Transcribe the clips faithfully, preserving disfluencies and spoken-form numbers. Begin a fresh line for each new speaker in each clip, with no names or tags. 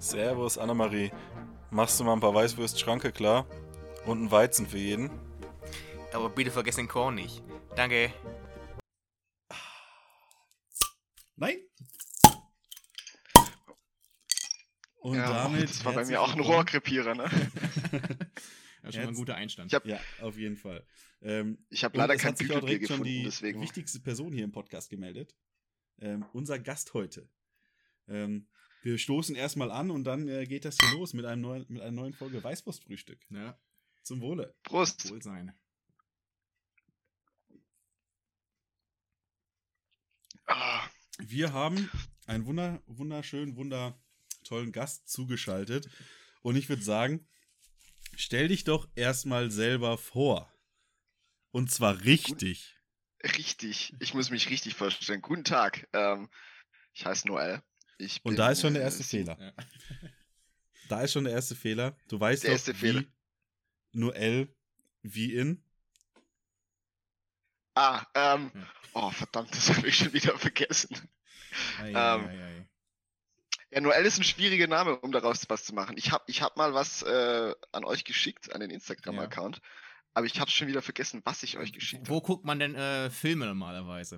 Servus, Annemarie. Machst du mal ein paar Weißwürst-Schranke klar? Und einen Weizen für jeden?
Aber bitte vergiss den Korn nicht. Danke.
Nein. Und
ja,
damit
das war bei
herzlich
mir auch ein
willkommen.
Rohrkrepierer, ne?
Ja, schon mal ein guter Einstand.
Ich hab, ja, auf jeden Fall. Ähm,
Ich habe
und
leider
es
kein
hat sich auch
Bügelbier
direkt schon
gefunden,
die
deswegen.
wichtigste Person hier im Podcast gemeldet. Ähm, unser Gast heute. Ähm, wir stoßen erstmal an und dann äh, geht das hier los mit, einem neuen, mit einer neuen Folge Weißwurstfrühstück.
Ja,
Zum Wohle.
Prost!
wohl sein.
Ah,
Wir haben einen wunder, wunderschönen, wunder tollen Gast zugeschaltet. Und ich würde sagen, stell dich doch erstmal selber vor. Und zwar richtig.
richtig. Ich muss mich richtig vorstellen. Guten Tag. Ähm, ich heiße Noel. Ich
Und
bin,
da ist schon der
äh,
erste
sieben-
Fehler.
Ja.
Da ist schon der erste Fehler. Du weißt
Der
doch,
erste
wie
Fehler.
Noel wie in.
Ah, ähm.
Ja.
Oh, verdammt, das habe ich schon wieder vergessen.
Ei,
Ähm,
ei, ei, ei.
Ja, Noel ist ein schwieriger Name, um daraus was zu machen. Ich habe ich hab mal was äh, an euch geschickt, an den Instagram-Account. Aber ich habe schon wieder vergessen, was ich euch geschickt
Wo
habe.
guckt man denn äh, Filme normalerweise?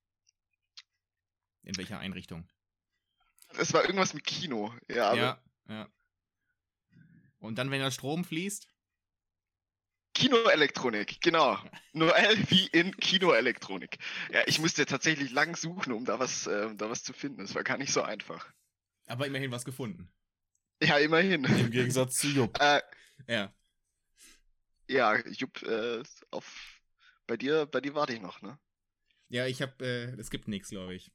In welcher Einrichtung?
Es war irgendwas mit Kino. Ja, aber
Ja, ja. Und dann, wenn der Strom fließt?
Kinoelektronik, genau. Noel wie in Kinoelektronik. Ja, ich musste tatsächlich lang suchen, um da was, äh, um da was zu finden. Das war gar nicht so einfach.
Aber immerhin was gefunden.
Ja, immerhin.
Im Gegensatz zu Jupp.
äh,
Ja.
ja, Jupp, äh, auf, bei dir, bei dir warte ich noch, ne?
Ja, ich hab, äh, es gibt nichts, glaube ich.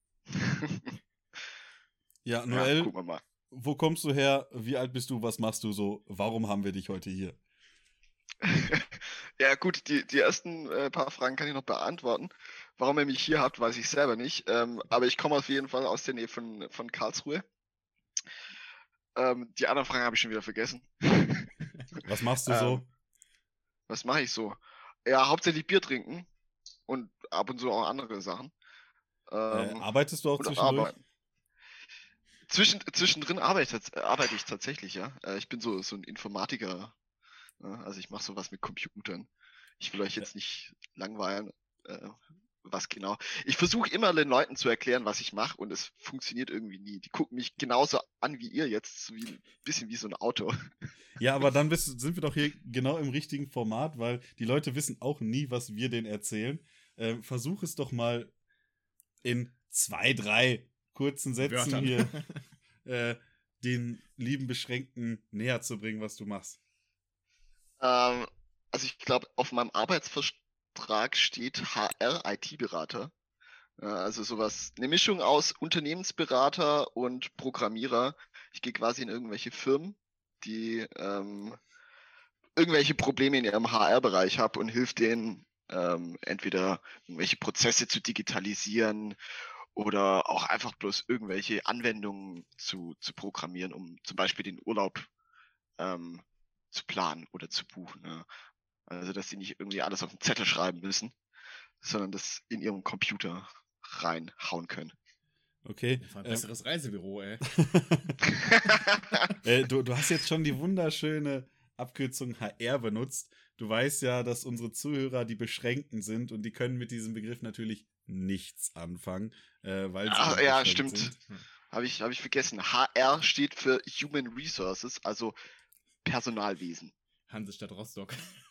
Ja,
Ja,
Noel,
gucken wir mal.
wo kommst du her? Wie alt bist du? Was machst du so? Warum haben wir dich heute hier?
Ja, gut, die, die ersten äh, paar Fragen kann ich noch beantworten. Warum ihr mich hier habt, weiß ich selber nicht. Ähm, aber ich komme auf jeden Fall aus der Nähe von, von Karlsruhe. Ähm, die anderen Fragen habe ich schon wieder vergessen.
Was machst du
Ähm,
so?
Was mache ich so? Ja, hauptsächlich Bier trinken und ab und zu auch andere Sachen.
Äh,
Ähm,
arbeitest du auch
und
zwischendurch?
arbeiten. Zwischen, zwischendrin arbeite ich, tats- arbeite ich tatsächlich, ja. Äh, ich bin so, so ein Informatiker. Ja, also ich mache sowas mit Computern. Ich will euch jetzt nicht langweilen, äh, was genau. Ich versuche immer den Leuten zu erklären, was ich mache, und es funktioniert irgendwie nie. Die gucken mich genauso an wie ihr jetzt, so wie ein bisschen wie so ein Auto.
Ja, aber dann bist, sind wir doch hier genau im richtigen Format, weil die Leute wissen auch nie, was wir denen erzählen. Ähm, versuch es doch mal in zwei, drei kurzen Sätzen
Wörtern.
hier äh, den lieben Beschränkten näher zu bringen, was du machst.
Ähm, also ich glaube, auf meinem Arbeitsvertrag steht H R I T-Berater. Äh, also sowas, eine Mischung aus Unternehmensberater und Programmierer. Ich gehe quasi in irgendwelche Firmen, die ähm, irgendwelche Probleme in ihrem H R-Bereich haben, und hilft denen, ähm, entweder irgendwelche Prozesse zu digitalisieren oder auch einfach bloß irgendwelche Anwendungen zu, zu programmieren, um zum Beispiel den Urlaub ähm, zu planen oder zu buchen. Ne? Also, dass sie nicht irgendwie alles auf den Zettel schreiben müssen, sondern das in ihrem Computer reinhauen können.
Okay.
Das war ein
Ähm,
besseres Reisebüro, ey.
äh, du, du hast jetzt schon die wunderschöne Abkürzung H R benutzt. Du weißt ja, dass unsere Zuhörer die Beschränkten sind und die können mit diesem Begriff natürlich nichts anfangen, äh, weil sie
Ach,
eben
ja,
beschränkt
stimmt.
sind.
Habe ich, hab ich vergessen. H R steht für Human Resources, also Personalwesen.
Hansestadt Rostock.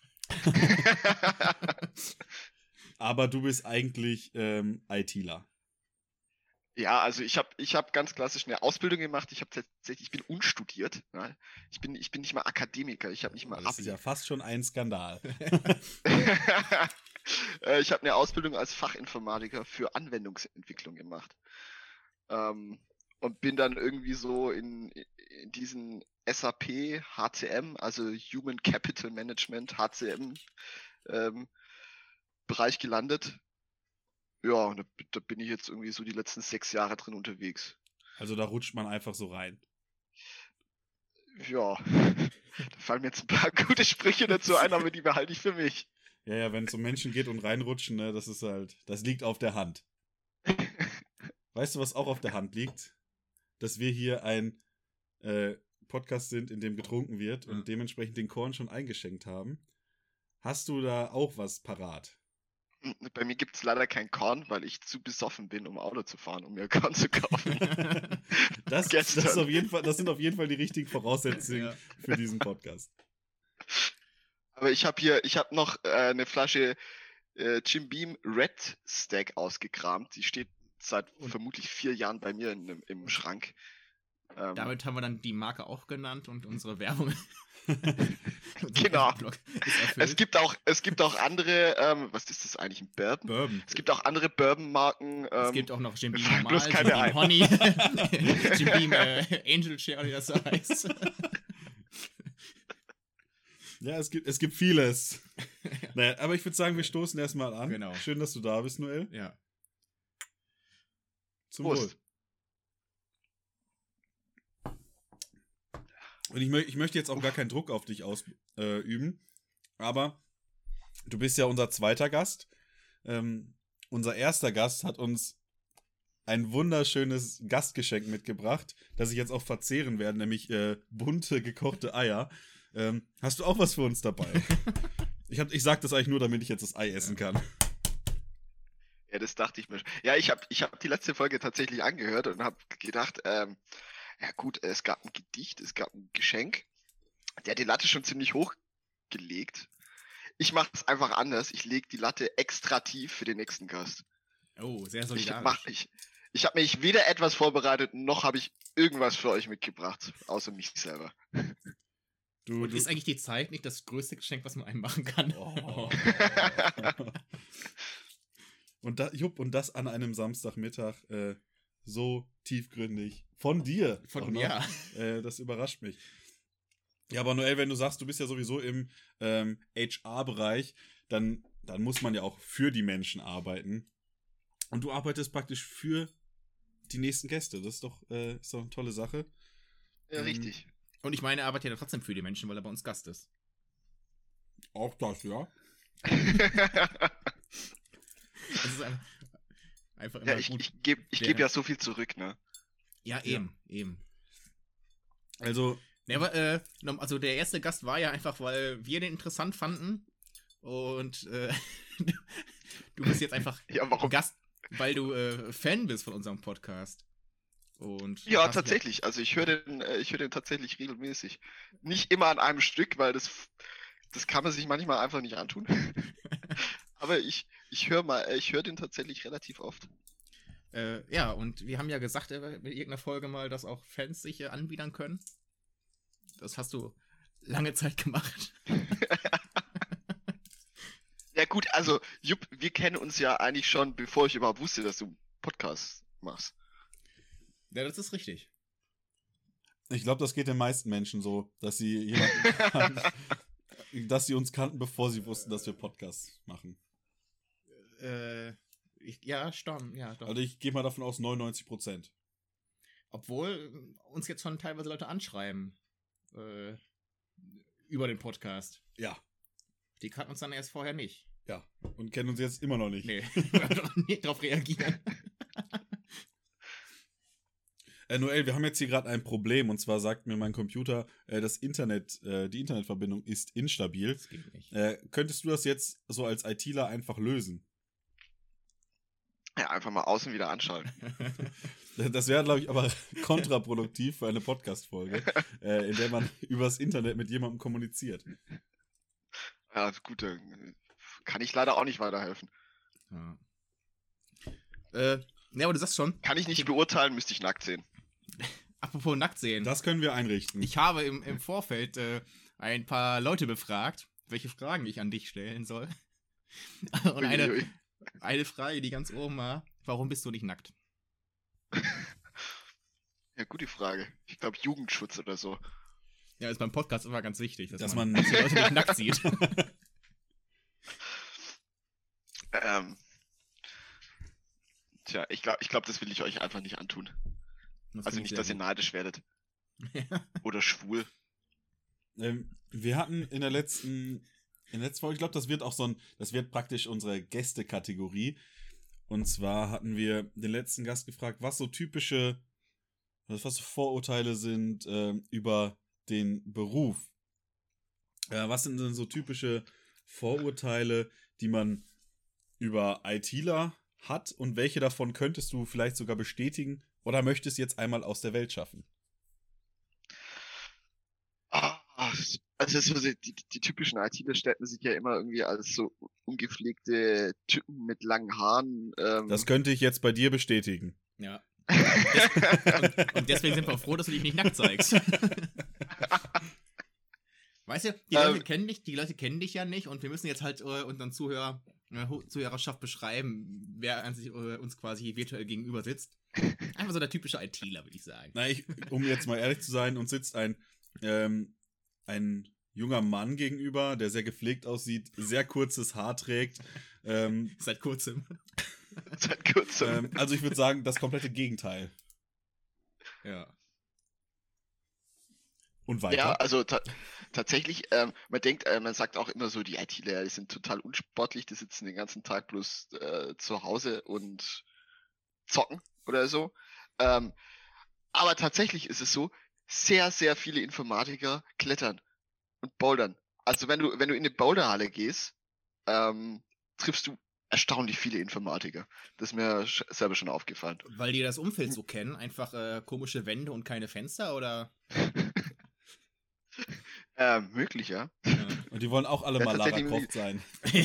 Aber du bist eigentlich ähm, ITler.
Ja, also ich habe ich hab ganz klassisch eine Ausbildung gemacht. Ich habe tatsächlich, ich bin unstudiert. Ne? Ich bin, ich bin nicht mal Akademiker. Ich habe nicht mal
Das ist
Abi.
ja fast schon ein Skandal.
Äh, ich habe eine Ausbildung als Fachinformatiker für Anwendungsentwicklung gemacht. Ähm, und bin dann irgendwie so in, in diesen S A P, H C M, also Human Capital Management, H C M, ähm, Bereich gelandet. Ja, und da, da bin ich jetzt irgendwie so die letzten sechs Jahre drin unterwegs.
Also da rutscht man einfach so rein.
Ja, da fallen mir jetzt ein paar gute Sprüche dazu ein, aber die behalte ich für mich.
Ja, ja, wenn es um Menschen geht und reinrutschen, ne, das ist halt, das liegt auf der Hand. Weißt du, was auch auf der Hand liegt? Dass wir hier ein äh, Podcast sind, in dem getrunken wird
Ja.
und dementsprechend den Korn schon eingeschenkt haben. Hast du da auch was parat?
Bei mir gibt es leider kein Korn, weil ich zu besoffen bin, um Auto zu fahren, um mir Korn zu kaufen.
Das, das,
Gestern.
ist auf jeden Fall, das sind auf jeden Fall die richtigen Voraussetzungen
Ja.
für diesen Podcast.
Aber ich habe hier, ich habe noch äh, eine Flasche äh, Jim Beam Red Stack ausgekramt. Die steht seit
Und-
vermutlich vier Jahren bei mir in, im, im Schrank. Ähm,
Damit haben wir dann die Marke auch genannt und unsere Werbung.
Genau.
Blog ist
es
erfüllt.
gibt auch, es gibt auch andere, ähm, was ist das eigentlich, ein Bourbon?
Bourbon.
Es gibt auch andere Bourbon-Marken. Ähm,
Es gibt auch noch Jim Beam
fällt
normal,
bloß
Jim
keine
Beam
ein.
Honey, Jim Beam äh, Angel Share, wie das so heißt.
Ja, es gibt, es gibt vieles. Naja, aber ich würde sagen, wir stoßen erstmal an.
Genau.
Schön, dass du da bist, Noel.
Ja.
Zum
Prost.
Wohl. Und ich, mö ich möchte jetzt auch gar keinen Druck auf dich ausüben, äh, üben, aber du bist ja unser zweiter Gast. Ähm, unser erster Gast hat uns ein wunderschönes Gastgeschenk mitgebracht, das ich jetzt auch verzehren werde, nämlich äh, bunte gekochte Eier. Ähm, hast du auch was für uns dabei? ich, hab, ich sag das eigentlich nur, damit ich jetzt das Ei essen kann.
Ja, das dachte ich mir schon. Ja, ich habe ich hab die letzte Folge tatsächlich angehört und habe gedacht, ähm, ja gut, es gab ein Gedicht, es gab ein Geschenk. Der hat die Latte schon ziemlich hoch gelegt. Ich mache es einfach anders. Ich lege die Latte extra tief für den nächsten Gast.
Oh, sehr
Ich,
solidarisch.
mach, ich, ich habe mich weder etwas vorbereitet, noch habe ich irgendwas für euch mitgebracht, außer mich selber.
Du,
Und
du,
ist eigentlich die Zeit nicht das größte Geschenk, was man einem machen kann?
Oh. und, da, Jupp, und das an einem Samstagmittag äh, so tiefgründig. Von dir. auch
Von
noch.
mir.
Äh, das überrascht mich. Ja, aber Noel, wenn du sagst, du bist ja sowieso im ähm, H R-Bereich, dann, dann muss man ja auch für die Menschen arbeiten. Und du arbeitest praktisch für die nächsten Gäste. Das ist doch, äh, ist doch eine tolle Sache.
Ja,
Ähm,
richtig.
Und ich meine, er arbeitet ja trotzdem für die Menschen, weil er bei uns Gast ist.
Auch das, ja.
Das ist einfach, einfach immer
Ja, ich,
gut.
ich gebe ich geb ja so viel zurück, ne?
Ja, eben, eben.
Also,
Ne, aber, äh, nom- also der erste Gast war ja einfach, weil wir den interessant fanden. Und äh, du bist jetzt einfach
Ja, warum?
Gast, weil du äh, Fan bist von unserem Podcast. Und
Ja,
hast-
tatsächlich. Also ich höre den, äh, ich höre den tatsächlich regelmäßig. Nicht immer an einem Stück, weil das, das kann man sich manchmal einfach nicht antun. Aber ich, ich höre mal, äh, ich höre den tatsächlich relativ oft.
Äh, ja, und wir haben ja gesagt äh, in irgendeiner Folge mal, dass auch Fans sich äh, anbiedern können. Das hast du lange Zeit gemacht.
Ja gut, also Jupp, wir kennen uns ja eigentlich schon, bevor ich überhaupt wusste, dass du einen Podcast machst.
Ja, das ist richtig.
ich glaube, das geht den meisten Menschen so, dass sie jemanden kannten, dass sie uns kannten, bevor sie wussten, dass wir Podcasts machen.
Äh, ich, ja, Stamm, ja, doch.
Also ich gehe mal davon aus, neunundneunzig Prozent.
Obwohl äh, uns jetzt schon teilweise Leute anschreiben äh, über den Podcast.
Ja,
Die kannten uns dann erst vorher nicht.
ja. Und kennen uns jetzt immer noch nicht.
Nee, wir doch nicht drauf reagieren.
Äh, Noel, wir haben jetzt hier gerade ein Problem. Und zwar sagt mir mein Computer, äh, das Internet, äh, die Internetverbindung ist instabil.
Das geht nicht.
Äh, könntest du das jetzt so als ITler einfach lösen?
Ja, einfach mal außen wieder anschalten.
Das wäre, glaube ich, aber kontraproduktiv für eine Podcast-Folge, äh, in der man übers Internet mit jemandem kommuniziert.
Ja, gut, dann kann ich leider auch nicht weiterhelfen.
Ja. Äh, ja, aber du sagst schon,
Kann ich nicht beurteilen, müsste ich nackt sehen.
apropos nackt sehen.
Das können wir einrichten.
Ich habe im, im Vorfeld äh, ein paar Leute befragt, welche Fragen ich an dich stellen soll. Und eine,
Uiuiui.
eine Frage, die ganz oben war, warum bist du nicht nackt?
Ja, gute Frage. Ich glaube Jugendschutz oder so.
Ja, ist beim Podcast immer ganz wichtig, dass,
Dass
man,
man-
dass die Leute nicht nackt sieht.
Ähm, tja, ich glaube, ich glaub, das will ich euch einfach nicht antun.
Das
Also
finde ich
nicht, dass ihr
sehr
neidisch werdet.
gut.
Oder schwul.
Ähm, wir hatten in der letzten, in der letzten Folge, ich glaube, das wird auch so ein, das wird praktisch unsere Gäste-Kategorie. Und zwar hatten wir den letzten Gast gefragt, was so typische, was so Vorurteile sind ähm, über den Beruf. Äh, was sind denn so typische Vorurteile, die man über ITler hat und welche davon könntest du vielleicht sogar bestätigen oder möchtest jetzt einmal aus der Welt schaffen?
Ah, Also so die, die, die typischen ITler stellt man sich ja immer irgendwie als so ungepflegte Typen mit langen Haaren. Ähm.
Das könnte ich jetzt bei dir bestätigen.
Ja. und, und deswegen sind wir froh, dass du dich nicht nackt zeigst. Weißt du, die Leute
Ähm.
kennen dich, die Leute kennen dich ja nicht und wir müssen jetzt halt äh, unseren Zuhörer, äh, Zuhörerschaft beschreiben, wer an sich, äh, uns quasi virtuell gegenüber sitzt. Einfach so der typische ITler, würde ich sagen.
Na, ich, um jetzt mal ehrlich zu sein, uns sitzt ein, ähm, ein junger Mann gegenüber, der sehr gepflegt aussieht, sehr kurzes Haar trägt. Ähm,
Seit kurzem.
Seit kurzem.
ähm, also ich würde sagen, das komplette Gegenteil.
Ja.
Und weiter.
Ja, also ta tatsächlich, ähm, man denkt, äh, man sagt auch immer so, die ITler, die sind total unsportlich, die sitzen den ganzen Tag bloß äh, zu Hause und zocken oder so. Ähm, aber tatsächlich ist es so, sehr, sehr viele Informatiker klettern und bouldern. Also wenn du, wenn du in eine Boulderhalle gehst, ähm, triffst du erstaunlich viele Informatiker. Das ist mir sch selber schon aufgefallen.
Weil die das Umfeld so kennen, einfach äh, komische Wände und keine Fenster, oder?
äh, möglich, ja.
Ja.
Und die wollen auch alle
Ja,
mal Lara
tatsächlich-
Croft sein.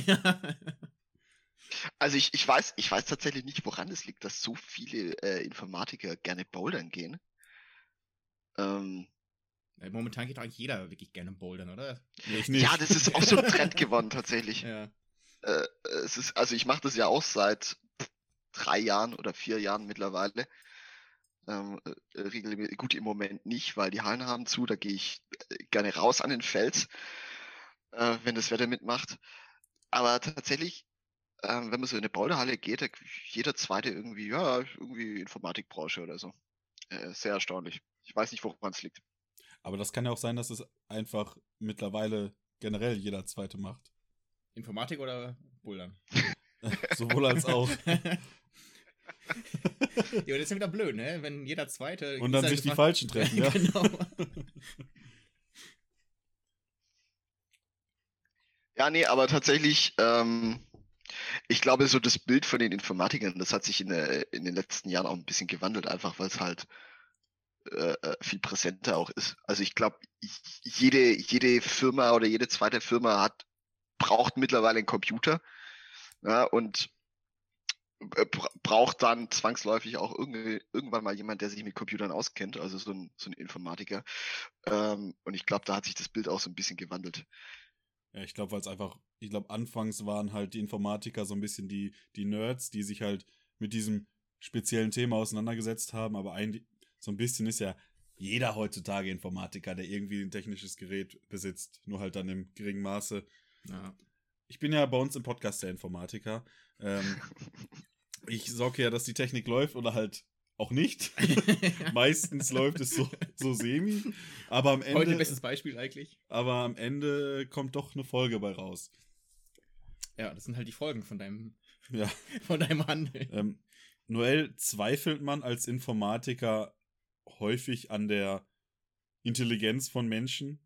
Also ich, ich weiß, ich weiß tatsächlich nicht, woran es liegt, dass so viele äh, Informatiker gerne bouldern gehen. Ähm,
Ja, momentan geht doch eigentlich jeder wirklich gerne bouldern, oder?
Ich nicht.
ja, das ist auch so ein Trend geworden tatsächlich.
Ja.
Äh, es ist, also ich mache das ja auch seit drei Jahren oder vier Jahren mittlerweile. Ähm, äh, regelmäßig, gut im Moment nicht, weil die Hallen haben zu, da gehe ich äh, gerne raus an den Fels, äh, wenn das Wetter mitmacht. Aber tatsächlich, ähm, wenn man so in eine Boulderhalle geht, da jeder zweite irgendwie, ja, irgendwie Informatikbranche oder so. Äh, sehr erstaunlich. Ich weiß nicht, woran es liegt.
Aber das kann ja auch sein, dass es einfach mittlerweile generell jeder Zweite macht.
Informatik oder Bouldern?
Sowohl als auch.
Ja, das ist ja wieder blöd, ne? Wenn jeder Zweite...
Und dann sich die Falschen treffen, ja.
Genau.
Ja, nee, aber tatsächlich, ähm, ich glaube, so das Bild von den Informatikern, das hat sich in, der, in den letzten Jahren auch ein bisschen gewandelt, einfach weil es halt äh, äh, viel präsenter auch ist. Also ich glaube, jede, jede Firma oder jede zweite Firma hat, braucht mittlerweile einen Computer, ja, und äh, bra- braucht dann zwangsläufig auch irgendwie, irgendwann mal jemand, der sich mit Computern auskennt, also so ein, so ein Informatiker. Ähm, und ich glaube, da hat sich das Bild auch so ein bisschen gewandelt.
Ja, ich glaube, weil es einfach, ich glaube, anfangs waren halt die Informatiker so ein bisschen die, die Nerds, die sich halt mit diesem speziellen Thema auseinandergesetzt haben, aber eigentlich so ein bisschen ist ja jeder heutzutage Informatiker, der irgendwie ein technisches Gerät besitzt, nur halt dann im geringen Maße.
Ja.
Ich bin ja bei uns im Podcast der Informatiker. Ähm, ich sorge ja, dass die Technik läuft oder halt auch nicht. Meistens läuft es so, so semi. Aber am
Heute
Ende,
bestes Beispiel eigentlich.
aber am Ende kommt doch eine Folge bei raus.
Ja, das sind halt die Folgen von deinem,
Ja.
von deinem Handel.
Ähm, Noel, zweifelt man als Informatiker häufig an der Intelligenz von Menschen?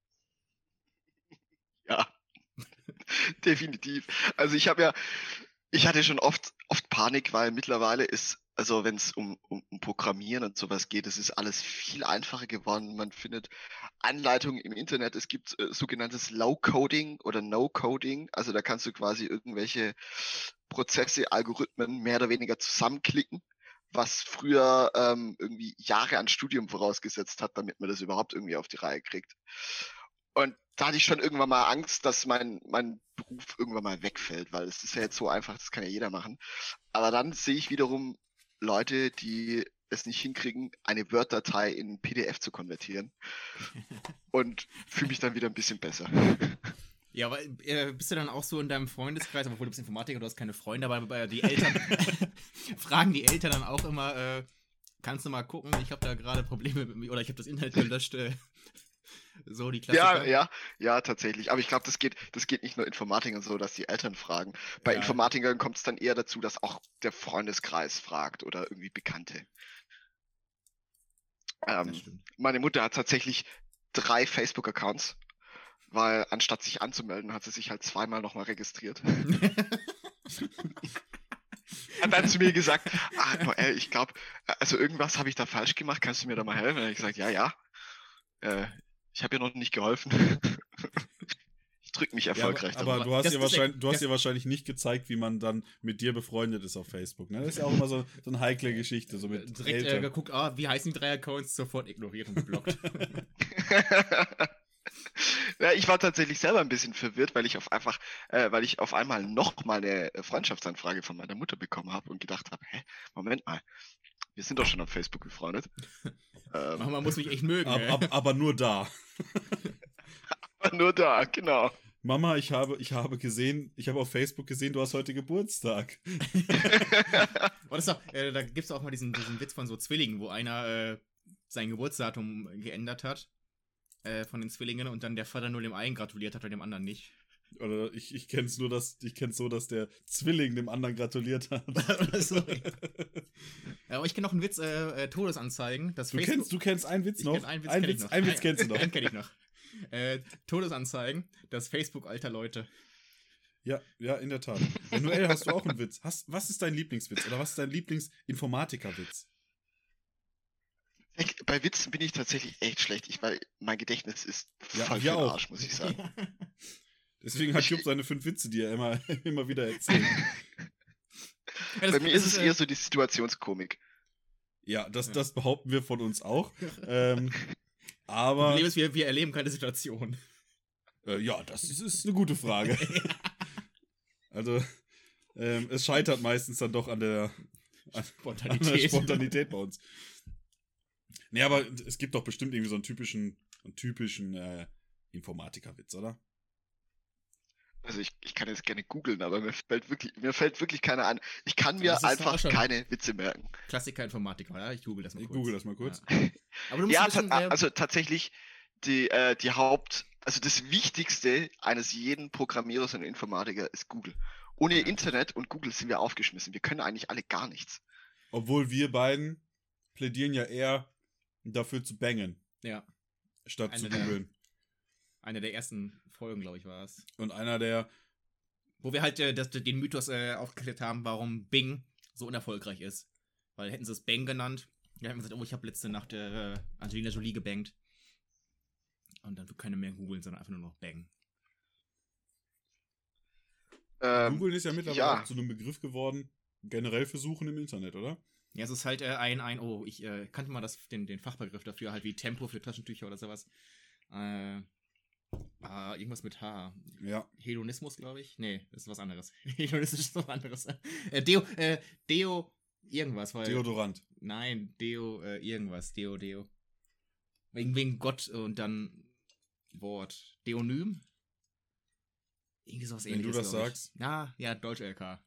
Ja, definitiv. Also ich habe ja, ich hatte schon oft, oft Panik, weil mittlerweile ist, also wenn es um, um, um Programmieren und sowas geht, es ist alles viel einfacher geworden. Man findet Anleitungen im Internet. Es gibt äh, sogenanntes Low-Coding oder No-Coding. Also da kannst du quasi irgendwelche Prozesse, Algorithmen mehr oder weniger zusammenklicken, was früher ähm, irgendwie Jahre an Studium vorausgesetzt hat, damit man das überhaupt irgendwie auf die Reihe kriegt. Und da hatte ich schon irgendwann mal Angst, dass mein, mein Beruf irgendwann mal wegfällt, weil es ist ja jetzt so einfach, das kann ja jeder machen. Aber dann sehe ich wiederum Leute, die es nicht hinkriegen, eine Word-Datei in P D F zu konvertieren und fühle mich dann wieder ein bisschen besser.
Ja, aber äh, bist du dann auch so in deinem Freundeskreis, obwohl du bist Informatiker, du hast keine Freunde, aber bei die Eltern fragen die Eltern dann auch immer, äh, kannst du mal gucken, ich habe da gerade Probleme mit mir oder ich habe das Internet gelöscht. Äh, so die Klassiker.
Ja, ja, ja, tatsächlich. Aber ich glaube, das geht, das geht nicht nur Informatikern so, dass die Eltern fragen. Bei
Ja.
Informatikern kommt es dann eher dazu, dass auch der Freundeskreis fragt oder irgendwie Bekannte. Ähm,
Das stimmt.
meine Mutter hat tatsächlich drei Facebook-Accounts, weil anstatt sich anzumelden, hat sie sich halt zweimal nochmal registriert. Hat dann zu mir gesagt, ah, Noel, ich glaube, also irgendwas habe ich da falsch gemacht, kannst du mir da mal helfen? Und ich gesagt, ja, ja, äh, ich habe ihr noch nicht geholfen. Ich drücke mich
Ja, aber
erfolgreich.
aber
damit.
du hast,
Das
ihr
ist ja-
wahrscheinlich, du hast
das-
ihr wahrscheinlich nicht gezeigt, wie man dann mit dir befreundet ist auf Facebook. Ne? Das ist ja auch immer so, so eine heikle Geschichte. So mit
Direkt äh,
Eltern.
geguckt, ah, wie heißen die drei Accounts, sofort ignoriert und geblockt.
Ja, ich war tatsächlich selber ein bisschen verwirrt, weil ich auf einfach, äh, weil ich auf einmal noch mal eine äh, Freundschaftsanfrage von meiner Mutter bekommen habe und gedacht habe, hä, Moment mal, wir sind doch schon auf Facebook befreundet. ähm,
Mama muss mich echt mögen.
Ab,
ey.
ab, aber nur da.
nur da, genau.
Mama, ich habe, ich habe gesehen, ich habe auf Facebook gesehen, du hast heute Geburtstag.
Oh, das ist doch, äh, da gibt es auch mal diesen, diesen Witz von so Zwillingen, wo einer äh, sein Geburtsdatum geändert hat äh, von den Zwillingen und dann der Vater nur dem einen gratuliert hat und dem anderen nicht.
Oder ich, ich kenne es nur, dass, ich kenn's so, dass der Zwilling dem anderen gratuliert hat.
Oder so. Ja, aber ich kenne noch einen Witz, äh, äh, Todesanzeigen. Das
Du
Facebook-
kennst, du kennst einen Witz
Ich
noch?
kenn einen Witz
ein
kenn ich
Witz,
noch.
ein Witz kennst du noch.
Einen kenne ich noch. Äh, Todesanzeigen, das Facebook alter Leute.
Ja, ja, in der Tat. Ja, Noel, hast du auch einen Witz? Hast, was ist dein Lieblingswitz? Oder was ist dein Lieblingsinformatiker-Witz?
Ich, bei Witzen bin ich tatsächlich echt schlecht, ich, weil mein Gedächtnis ist
Ja,
voll
wir
für den
auch.
Arsch, muss ich sagen.
Deswegen hat Jupp seine fünf Witze, die er immer, immer wieder erzählt.
Ja, das-
Bei mir
das
ist es
äh,
eher so die Situationskomik.
Ja, das,
Ja.
das behaupten wir von uns auch. Ähm,
Das
aber,
Problem ist, wir, wir erleben keine Situation.
äh, ja, das ist, ist eine gute Frage. Also, ähm, es scheitert meistens dann doch an der, an der
Spontanität.
Spontanität bei uns. Nee, aber es gibt doch bestimmt irgendwie so einen typischen, einen typischen äh, Informatiker-Witz, oder?
Also ich, ich kann jetzt gerne googeln, aber mir fällt wirklich, mir fällt wirklich keiner an. Ich kann
Aber
mir
das ist doch
einfach
auch schon-
keine Witze merken.
Klassiker Informatiker, ja? Ich google das mal
Ich
kurz.
google das mal kurz.
Ja. Aber du musst
Ja,
ein bisschen,
ta-
äh,
also tatsächlich die, äh, die Haupt, also das Wichtigste eines jeden Programmierers und Informatiker ist Google. Ohne
Ja.
Internet und Google sind wir aufgeschmissen. Wir können eigentlich alle gar nichts.
Obwohl wir beiden plädieren ja eher dafür zu bangen,
ja,
statt
Eine
zu
der-
googeln.
eine der ersten Folgen, glaube ich, war es.
Und einer der,
Wo wir halt äh, das, den Mythos äh, aufgeklärt haben, warum Bing so unerfolgreich ist. Weil hätten sie es Bang genannt, dann hätten wir gesagt, oh, ich habe letzte Nacht äh, Angelina Jolie gebangt. Und dann wird keiner mehr googeln, sondern einfach nur noch Bang.
Ähm,
Googeln ist ja mittlerweile
ja.
auch zu einem Begriff geworden, generell für Suchen im Internet, oder?
Ja, es ist halt äh, ein, ein, oh, ich äh, kannte mal das, den, den Fachbegriff dafür, halt wie Tempo für Taschentücher oder sowas. Äh, ah, irgendwas mit H.
Ja.
Hedonismus, glaube ich. Nee, das ist was anderes. Hedonismus ist was anderes. Äh, Deo, äh, Deo, irgendwas. Weil,
Deodorant.
Nein, Deo, äh, irgendwas. Deo, Deo. Wegen, wegen Gott und dann Wort. Deonym? Irgendwie sowas
Wenn du
ähnliches.
das
glaub ich.
sagst.
Ja, ja, Deutsch L K.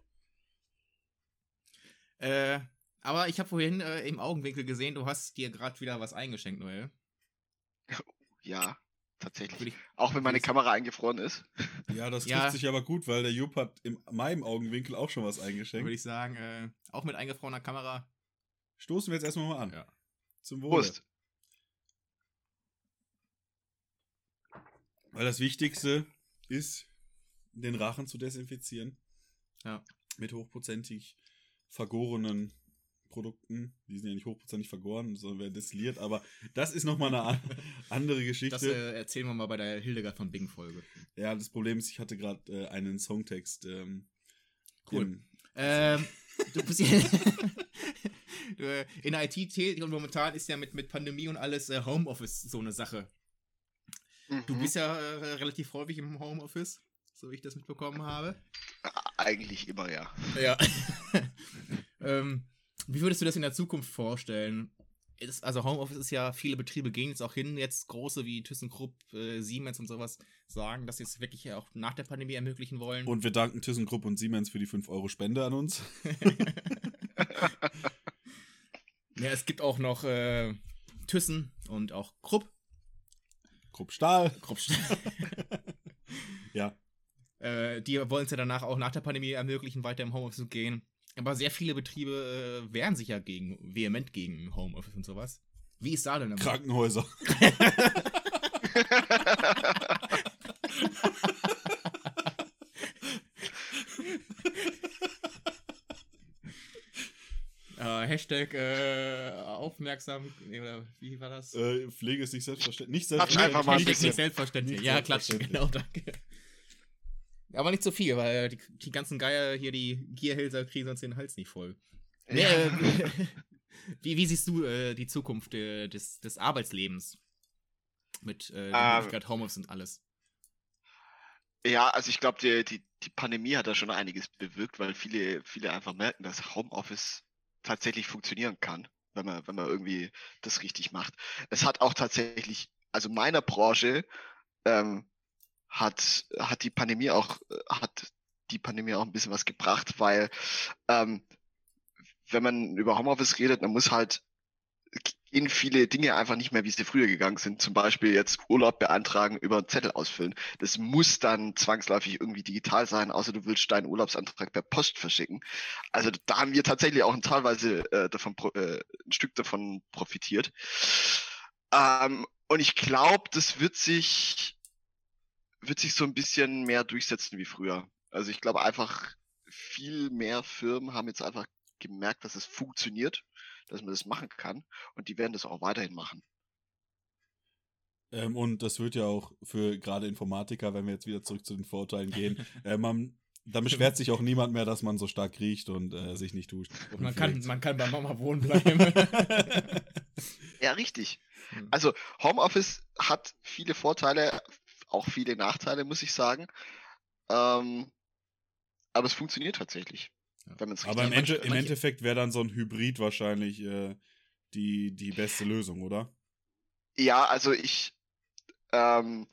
Äh, aber ich habe vorhin äh, im Augenwinkel gesehen, du hast dir gerade wieder was eingeschenkt, Noel.
Ja,
Würde
tatsächlich.
ich,
Auch wenn meine
Willst-
Kamera eingefroren ist.
Ja, das
Ja.
trifft sich aber gut, weil der Jupp hat in meinem Augenwinkel auch schon was eingeschenkt.
würde ich sagen, äh, auch mit eingefrorener Kamera.
Stoßen wir jetzt erstmal mal an.
Ja.
Zum Wohle.
Prost.
Weil das Wichtigste ist, den Rachen zu desinfizieren.
Ja.
Mit hochprozentig vergorenen Produkten. Die sind ja nicht hochprozentig vergoren, sondern werden destilliert. Aber das ist nochmal eine an- andere Geschichte.
Das äh, erzählen wir mal bei der Hildegard von Bing-Folge.
Ja, das Problem ist, ich hatte gerade äh, einen Songtext. Ähm,
Cool.
im-
Ähm, du bist ja du, äh, in der I T tätig und momentan ist ja mit, mit Pandemie und alles äh, Homeoffice so eine Sache. Du
Mhm.
bist ja äh, relativ häufig im Homeoffice, so wie ich das mitbekommen habe.
Eigentlich immer, ja.
Ja. ähm, wie würdest du das in der Zukunft vorstellen? Ist, also Homeoffice ist ja, viele Betriebe gehen jetzt auch hin, jetzt große wie ThyssenKrupp, äh, Siemens und sowas sagen, dass sie es wirklich ja auch nach der Pandemie ermöglichen wollen.
Und wir danken ThyssenKrupp und Siemens für die fünf Euro Spende an uns.
Ja, es gibt auch noch äh, Thyssen und auch Krupp.
Krupp Stahl.
Krupp
Ja.
äh, die wollen es ja danach auch nach der Pandemie ermöglichen, weiter im Homeoffice zu gehen. Aber sehr viele Betriebe äh, wehren sich ja gegen, vehement gegen Homeoffice und sowas. Wie ist da denn? damit?
Krankenhäuser.
Äh, Hashtag äh, aufmerksam, nee, oder wie war das?
Äh, Pflege ist nicht selbstverständlich. Nicht
Klatsch
selbstverständlich.
einfach mal ein
Hashtag
bisschen.
nicht selbstverständlich.
Nicht
Ja, klatschen,
selbstverständlich.
genau, danke. Aber nicht so viel, weil die, die ganzen Geier hier, die Gierhälser, kriegen sonst den Hals nicht voll. Nee,
Ja.
äh, wie, wie siehst du äh, die Zukunft äh, des, des Arbeitslebens? Mit äh, der
Ähm,
Möglichkeit Homeoffice und alles.
Ja, also ich glaube, die, die, die Pandemie hat da schon einiges bewirkt, weil viele, viele einfach merken, dass Homeoffice tatsächlich funktionieren kann, wenn man, wenn man irgendwie das richtig macht. Es hat auch tatsächlich, also meiner Branche, ähm, hat, hat die Pandemie auch, äh, hat die Pandemie auch ein bisschen was gebracht, weil ähm, wenn man über Homeoffice redet, dann muss halt gehen viele Dinge einfach nicht mehr, wie sie früher gegangen sind. Zum Beispiel jetzt Urlaub beantragen, über einen Zettel ausfüllen. Das muss dann zwangsläufig irgendwie digital sein, außer du willst deinen Urlaubsantrag per Post verschicken. Also da haben wir tatsächlich auch ein, teilweise äh, davon, pro- äh, ein Stück davon profitiert. Ähm, und ich glaube, das wird sich, wird sich so ein bisschen mehr durchsetzen wie früher. Also ich glaube einfach, viel mehr Firmen haben jetzt einfach gemerkt, dass es funktioniert, dass man das machen kann, und die werden das auch weiterhin machen.
Ähm, und das wird ja auch für gerade Informatiker, wenn wir jetzt wieder zurück zu den Vorurteilen gehen, äh, man, da beschwert sich auch niemand mehr, dass man so stark riecht und äh, sich nicht duscht.
Und
und
man kann,
pflegt.
man kann bei Mama wohnen bleiben.
Ja, richtig.
Hm.
Also Homeoffice hat viele Vorteile, auch viele Nachteile, muss ich sagen. Ähm, aber es funktioniert tatsächlich,
Ja.
wenn man es
Aber im,
richtig
Ende,
macht.
im Endeffekt wäre dann so ein Hybrid wahrscheinlich äh, die, die beste Lösung, oder?
Ja, also ich, ähm,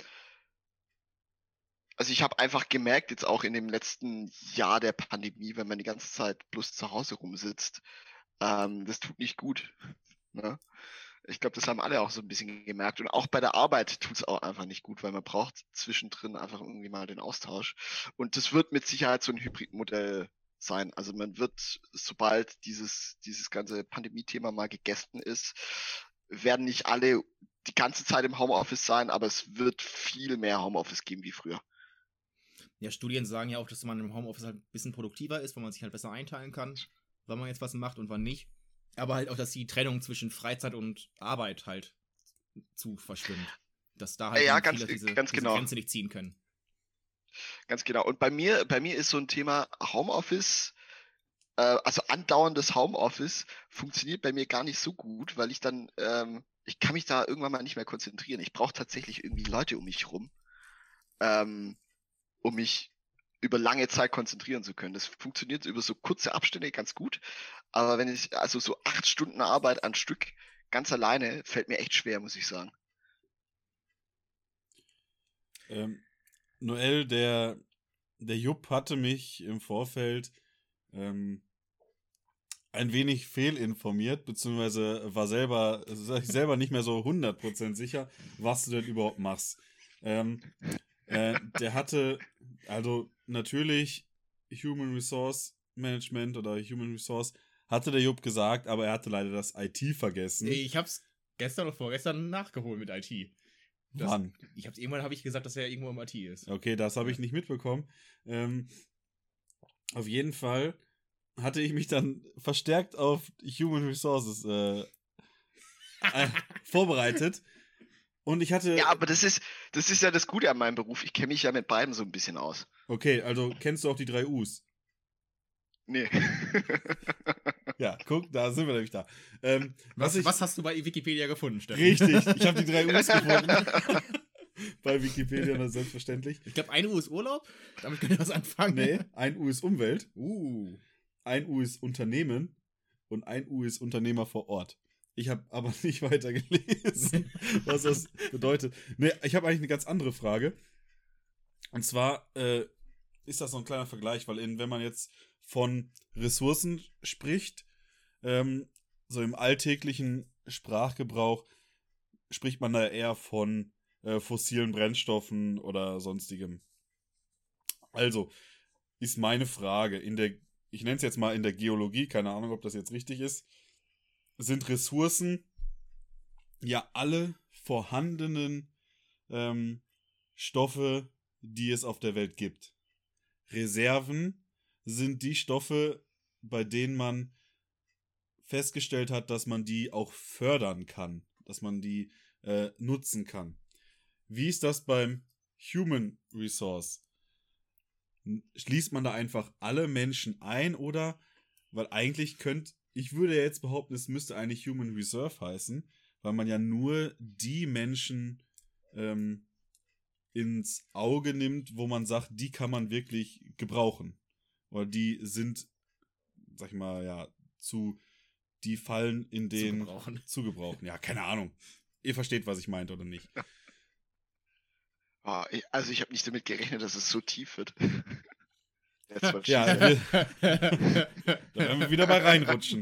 also ich habe einfach gemerkt, jetzt auch in dem letzten Jahr der Pandemie, wenn man die ganze Zeit bloß zu Hause rumsitzt, ähm, das tut nicht gut. Ne? Ich glaube, das haben alle auch so ein bisschen gemerkt. Und auch bei der Arbeit tut es auch einfach nicht gut, weil man braucht zwischendrin einfach irgendwie mal den Austausch. Und das wird mit Sicherheit so ein Hybridmodell sein. Also man wird, sobald dieses, dieses ganze Pandemie-Thema mal gegessen ist, werden nicht alle die ganze Zeit im Homeoffice sein, aber es wird viel mehr Homeoffice geben wie früher.
Ja, Studien sagen ja auch, dass man im Homeoffice halt ein bisschen produktiver ist, weil man sich halt besser einteilen kann, wann man jetzt was macht und wann nicht. Aber halt auch, dass die Trennung zwischen Freizeit und Arbeit halt zu verschwimmt. Dass da halt
Ja,
dann
ganz-
viele diese,
ganz
diese
genau.
Grenze nicht ziehen können.
Ganz genau. Und bei mir, bei mir ist so ein Thema Homeoffice, äh, also andauerndes Homeoffice, funktioniert bei mir gar nicht so gut, weil ich dann, ähm, ich kann mich da irgendwann mal nicht mehr konzentrieren. Ich brauche tatsächlich irgendwie Leute um mich rum, ähm, um mich über lange Zeit konzentrieren zu können. Das funktioniert über so kurze Abstände ganz gut, aber wenn ich, also so acht Stunden Arbeit an Stück ganz alleine, fällt mir echt schwer, muss ich sagen.
Ähm, Noel, der, der Jupp hatte mich im Vorfeld ähm, ein wenig fehlinformiert, beziehungsweise war selber, sag ich selber nicht mehr so hundert Prozent sicher, was du denn überhaupt machst. Ähm, äh, der hatte, also natürlich Human Resource Management oder Human Resource, hatte der Jupp gesagt, aber er hatte leider das I T vergessen.
Ich hab's gestern oder vorgestern nachgeholt mit I T. Das,
Wann?
Ich hab's irgendwann habe ich gesagt, dass er irgendwo im I T ist.
Okay, das habe ich nicht mitbekommen. Ähm, auf jeden Fall hatte ich mich dann verstärkt auf Human Resources äh, äh, vorbereitet. Und ich hatte.
Ja, aber das ist, das ist ja das Gute an meinem Beruf. Ich kenne mich ja mit beiden so ein bisschen aus.
Okay, also kennst du auch die drei U's?
Nee.
Ja, guck, da sind wir nämlich da. Ähm, was,
Was,
ich.
was hast du bei Wikipedia gefunden, Steffen?
Richtig, ich habe die drei U's gefunden. Bei Wikipedia, das ist selbstverständlich.
Ich glaube, eine U ist Urlaub. Damit können wir was anfangen.
Nee, ein U ist Umwelt,
Uh.
ein U ist Unternehmen und ein U ist Unternehmer vor Ort. Ich habe aber nicht weiter gelesen, was das bedeutet. Nee, ich habe eigentlich eine ganz andere Frage. Und zwar äh, ist das so ein kleiner Vergleich, weil in, wenn man jetzt von Ressourcen spricht, ähm, so im alltäglichen Sprachgebrauch, spricht man da eher von äh, fossilen Brennstoffen oder sonstigem. Also, ist meine Frage, in der, ich nenne es jetzt mal in der Geologie, keine Ahnung, ob das jetzt richtig ist, sind Ressourcen ja alle vorhandenen ähm, Stoffe, die es auf der Welt gibt. Reserven sind die Stoffe, bei denen man festgestellt hat, dass man die auch fördern kann, dass man die äh, nutzen kann. Wie ist das beim Human Resource? Schließt man da einfach alle Menschen ein oder, weil eigentlich könnte, ich würde ja jetzt behaupten, es müsste eigentlich Human Reserve heißen, weil man ja nur die Menschen ähm, ins Auge nimmt, wo man sagt, die kann man wirklich gebrauchen. Oder die sind, sag ich mal, ja, zu, die fallen in den...
Zu gebrauchen.
Zu gebrauchen, ja, keine Ahnung. Ihr versteht, was ich meinte, oder nicht?
Ah, ich- also ich habe nicht damit gerechnet, dass es so tief wird. Jetzt wird
Ja, wir, da werden wir wieder bei reinrutschen.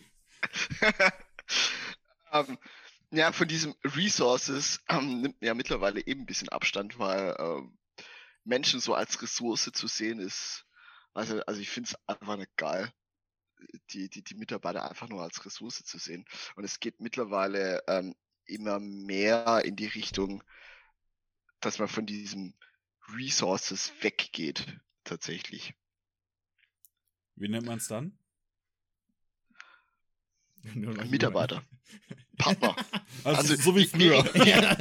ähm, ja, von diesem Resources ähm, nimmt man ja mittlerweile eben ein bisschen Abstand, weil ähm, Menschen so als Ressource zu sehen ist, also, also ich finde es einfach nicht geil, die, die, die Mitarbeiter einfach nur als Ressource zu sehen. Und es geht mittlerweile ähm, immer mehr in die Richtung, dass man von diesem Resources weggeht, tatsächlich.
Wie nennt man es dann?
Nur noch
Mitarbeiter. Partner.
Also,
Also,
so wie
wir-
früher.
Ja.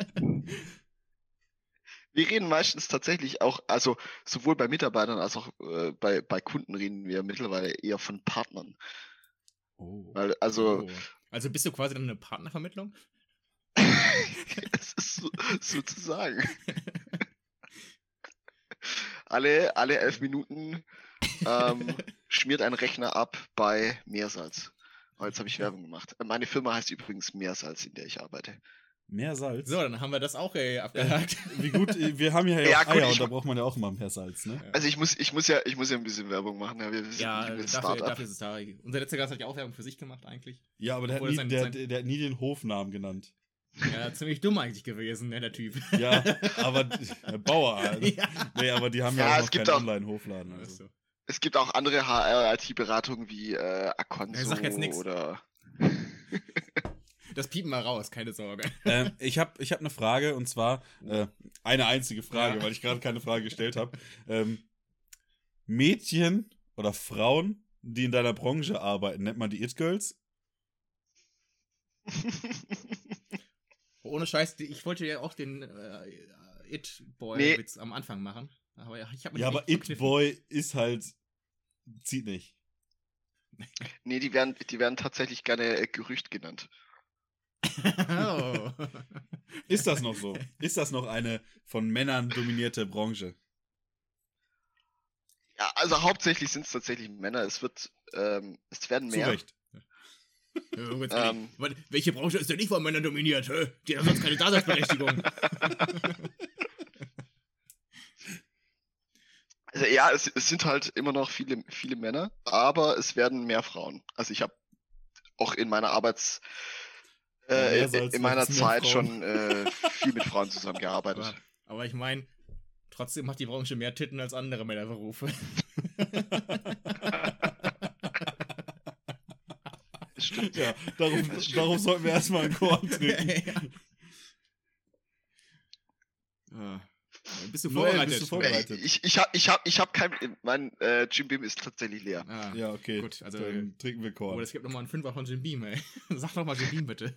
Wir reden meistens tatsächlich auch, also sowohl bei Mitarbeitern als auch äh, bei, bei Kunden reden wir mittlerweile eher von Partnern.
Oh.
Weil, also,
Oh.
Also bist du quasi dann eine Partnervermittlung?
es ist so, sozusagen. alle, alle elf Minuten ähm, schmiert ein Rechner ab bei Meersalz. Oh, jetzt habe ich Werbung gemacht. Äh, Meine Firma heißt übrigens Meersalz, in der ich arbeite.
Mehr Salz?
So, dann haben wir das auch äh, abgehakt.
Wie gut, wir haben ja, ja
Ja,
auch
gut,
Eier
ich-
und da braucht man ja auch immer mehr Salz, ne?
Also ich muss, ich muss ja, ich muss ja ein bisschen Werbung machen. Ja, wir sind
Ja,
ein
dafür,
Startup.
dafür ist es da. Unser letzter Gast hat ja auch Werbung für sich gemacht eigentlich.
Ja, aber der hat,
Obwohl
nie,
das sein-
der,
sein-
der, der hat nie den Hofnamen genannt.
Ja, ziemlich dumm eigentlich gewesen, ne, der Typ.
Ja, aber der Bauer. Also.
Ja.
Nee, aber die haben ja,
Ja,
auch
es
noch
gibt
keinen
auch-
Online-Hofladen. Also.
Also.
Es gibt auch andere H R-I T-Beratungen wie äh, Aconso
Ja, sag jetzt nix.
oder
Das piepen wir raus, keine Sorge.
Ähm, ich habe ich hab eine Frage und zwar äh, eine einzige Frage,
Ja.
weil ich gerade keine Frage gestellt habe. Ähm, Mädchen oder Frauen, die in deiner Branche arbeiten, nennt man die It-Girls?
Ohne Scheiß, die- ich wollte ja auch den äh, It-Boy-Witz am Anfang machen. Aber ja, ich habe
Ja, aber It-Boy ist halt, zieht nicht.
Nee, die werden, die werden tatsächlich gerne äh, Gerücht genannt.
Oh.
Ist das noch so? Ist das noch eine von Männern dominierte Branche?
Ja, also hauptsächlich sind es tatsächlich Männer. Es wird, ähm, es werden
Zu
mehr.
Recht.
Ja, ganz
Ähm.
ehrlich, warte, welche Branche ist denn nicht von Männern dominiert? Hä? Die haben sonst keine Daseinsberechtigung.
Also, ja, es, es sind halt immer noch viele, viele Männer, aber es werden mehr Frauen. Also ich habe auch in meiner Arbeits
Ja,
äh,
mehr
in,
Salz
in meiner
macht's mehr
Zeit
Frauen.
schon äh, viel mit Frauen zusammengearbeitet.
aber, aber ich meine, trotzdem hat die Branche mehr Titten als andere Männerberufe.
Das stimmt.
Ja, darum, darum sollten wir erstmal einen Korn trinken.
Ja. Bist du
Noel,
vorbereitet?
bist du vorbereitet?
Äh, Ich, ich habe ich hab, ich hab kein. Mein äh, Jim Beam ist tatsächlich leer.
Ah,
Ja, okay.
Gut, also-
dann trinken wir
Oh,
Korn.
es gibt nochmal einen Fünfer von Jim Beam, ey. Sag doch mal Jim Beam, bitte.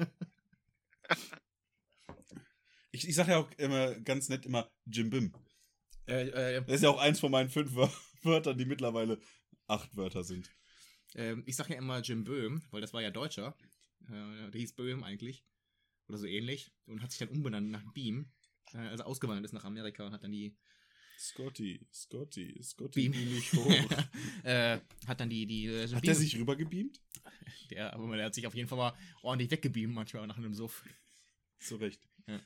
Ich, ich sage ja auch immer ganz nett immer Jim Bim.
Äh, äh,
Das ist ja auch eins von meinen fünf Wör- Wörtern, die mittlerweile acht Wörter sind.
ähm, ich sag ja immer Jim Böhm, weil das war ja Deutscher. Äh, der hieß Böhm eigentlich. Oder so ähnlich. Und hat sich dann umbenannt nach Beam. Äh, also ausgewandert ist nach Amerika und hat dann die
Scotty, Scotty, Scotty,
Beam.
beam mich hoch.
äh, hat dann die, die äh,
Hat
Beam-
der sich rübergebeamt?
der, aber der hat sich auf jeden Fall mal ordentlich weggebeamt, manchmal nach einem Suff.
Zu Recht.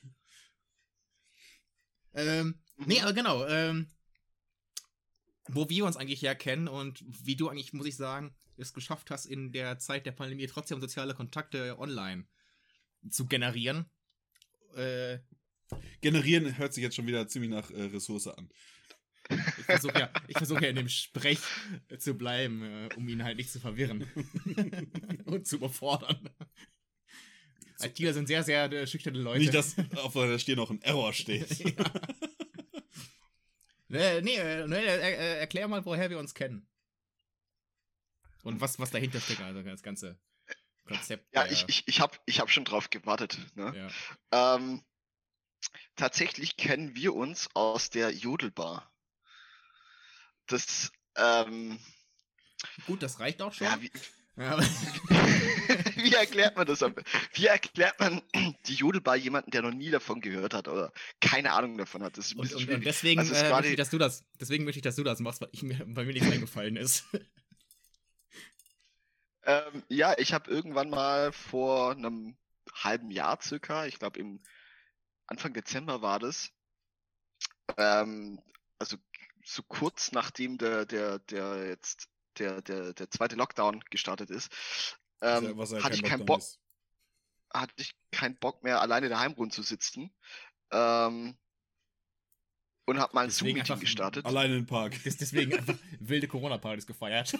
Ähm, nee, aber genau, ähm, wo wir uns eigentlich ja kennen und wie du eigentlich, muss ich sagen, es geschafft hast, in der Zeit der Pandemie trotzdem soziale Kontakte online zu generieren. Äh,
Generieren hört sich jetzt schon wieder ziemlich nach äh, Ressource an.
ich versuche ja, ich versuche ja in dem Sprech äh, zu bleiben, äh, um ihn halt nicht zu verwirren und zu überfordern. ITler sind sehr, sehr äh, schüchterne Leute.
Nicht, dass auf der Stirn noch ein Error steht.
Ja. Nee, nee, äh, nee äh, äh, erklär mal, woher wir uns kennen. Und was, was dahinter steckt, also das ganze Konzept.
Ja,
der-
ich, ich, ich habe ich hab schon drauf gewartet. Ne?
ja.
Ähm, tatsächlich kennen wir uns aus der Jodelbar. Das, ähm,
Gut, das reicht auch schon.
ja, wie,
Ja,
wie erklärt man das? am- Wie erklärt man die Jodelbar jemanden, der noch nie davon gehört hat oder keine Ahnung davon hat? Das ist ein
und,
bisschen
und, und
schwierig.
deswegen
Also es ist
äh,
gerade-
möchte ich, dass du das, deswegen möchte ich, dass du das machst, weil, ich mir, weil mir nichts eingefallen ist.
Ähm, ja, ich habe irgendwann mal vor einem halben Jahr circa, ich glaube im Anfang Dezember war das, ähm, also so kurz nachdem der, der, der jetzt der, der, der zweite Lockdown gestartet ist, ähm,
Was ja
hatte ich
kein
keinen
Lockdown
Bock,
ist.
hatte ich keinen Bock mehr, alleine daheim rumzusitzen. Ähm, und habe mal ein
Deswegen
Zoom-Meeting
einfach-
gestartet.
Alleine im Park.
Des- Deswegen einfach wilde Corona-Partys gefeiert.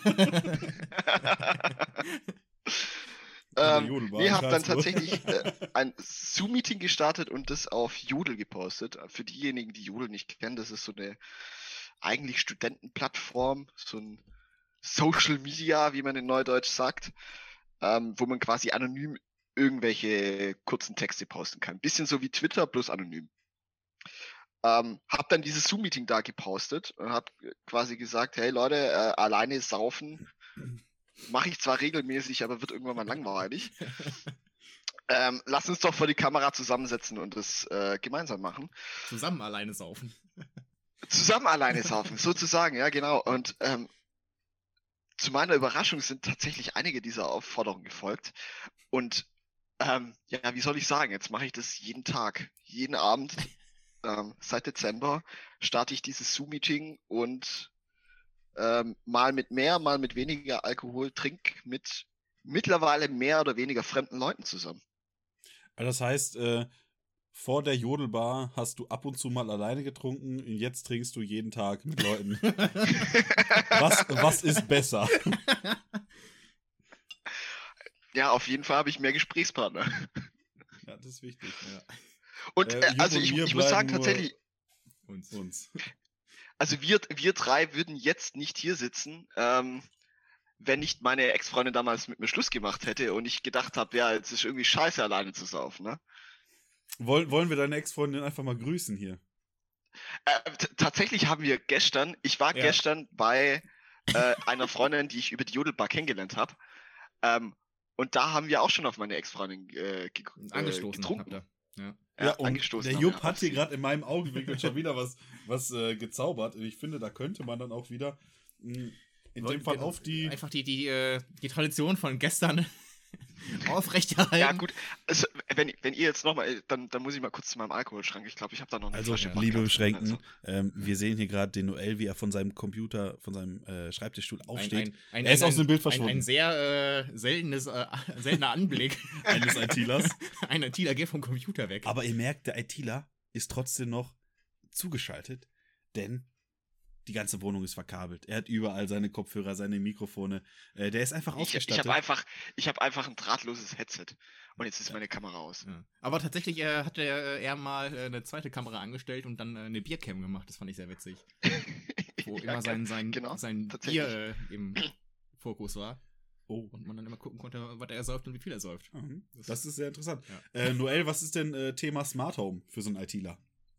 ähm,
Jodelbar
nee,
in
habe dann
Karlsruhe.
tatsächlich äh, ein Zoom-Meeting gestartet und das auf Jodel gepostet. Für diejenigen, die Jodel nicht kennen, das ist so eine eigentlich Studentenplattform, so ein Social Media, wie man in Neudeutsch sagt, ähm, wo man quasi anonym irgendwelche kurzen Texte posten kann. Bisschen so wie Twitter, bloß anonym. Ähm, hab dann dieses Zoom-Meeting da gepostet und hab quasi gesagt, hey Leute, äh, alleine saufen mache ich zwar regelmäßig, aber wird irgendwann mal langweilig. ähm, lass uns doch vor die Kamera zusammensetzen und das äh, gemeinsam machen.
Zusammen alleine saufen.
Zusammen alleine saufen, sozusagen, ja genau. Und ähm, zu meiner Überraschung sind tatsächlich einige dieser Aufforderungen gefolgt. Und ähm, ja, wie soll ich sagen, jetzt mache ich das jeden Tag, jeden Abend. Ähm, seit Dezember starte ich dieses Zoom-Meeting und ähm, mal mit mehr, mal mit weniger Alkohol trink mit mittlerweile mehr oder weniger fremden Leuten zusammen.
Also das heißt, äh, vor der Jodelbar hast du ab und zu mal alleine getrunken und jetzt trinkst du jeden Tag mit Leuten. was, was ist besser?
Ja, auf jeden Fall habe ich mehr Gesprächspartner.
Ja, das ist wichtig. Ja.
Und
Äh,
äh,
Jupp
also
und
ich,
wir
ich muss sagen,
bleiben nur-
tatsächlich,
Uns.
Uns.
also wir, wir drei würden jetzt nicht hier sitzen, ähm, wenn nicht meine Ex-Freundin damals mit mir Schluss gemacht hätte und ich gedacht habe, ja, jetzt ist irgendwie scheiße, alleine zu saufen, ne?
Wollen, wollen wir deine Ex-Freundin einfach mal grüßen hier?
Äh, t- tatsächlich haben wir gestern, ich war
Ja.
gestern bei äh, einer Freundin, die ich über die Jodelbar kennengelernt habe. Ähm, und da haben wir auch schon auf meine Ex-Freundin äh, ge äh,
Angestoßen.
getrunken.
Habt ihr. Ja.
Ja,
und
angestoßen
der
haben
Jupp
wir
hat
auf
hier
sie.
gerade in meinem Augenwinkel schon wieder was, was äh, gezaubert. Ich finde, da könnte man dann auch wieder mh, in dem Fall auf die...
Einfach die, die, äh, die Tradition von gestern aufrechterhalten.
Ja, gut. Also, wenn, wenn ihr jetzt nochmal, dann, dann muss ich mal kurz zu meinem Alkoholschrank. Ich glaube, ich habe da noch eine
Also,
Flasche
liebe
Wodka.
Beschränkten,
Also,
ähm, wir sehen hier gerade den Noel, wie er von seinem Computer, von seinem äh, Schreibtischstuhl aufsteht.
Ein, ein, ein,
Er ist
ein,
aus dem Bild
ein,
verschwunden.
ein sehr äh, seltenes, äh, seltener Anblick.
Eines ITlers.
Ein ITler geht vom Computer weg.
Aber ihr merkt, der ITler ist trotzdem noch zugeschaltet, denn die ganze Wohnung ist verkabelt. Er hat überall seine Kopfhörer, seine Mikrofone. Äh, der ist einfach
ich ich
ausgestattet.
habe einfach, ich hab einfach ein drahtloses Headset. Und jetzt ist meine Kamera aus.
Ja. Aber tatsächlich äh, hat er, er mal äh, eine zweite Kamera angestellt und dann äh, eine Biercam gemacht. Das fand ich sehr witzig. Wo
Ja,
immer sein, sein,
genau,
sein
tatsächlich.
Bier äh, im Fokus war.
Oh.
Und man dann immer gucken konnte, was er säuft und wie viel er säuft.
Mhm. Das ist sehr interessant.
Ja.
Äh, Noel, was ist denn äh, Thema Smart Home für so einen ITler?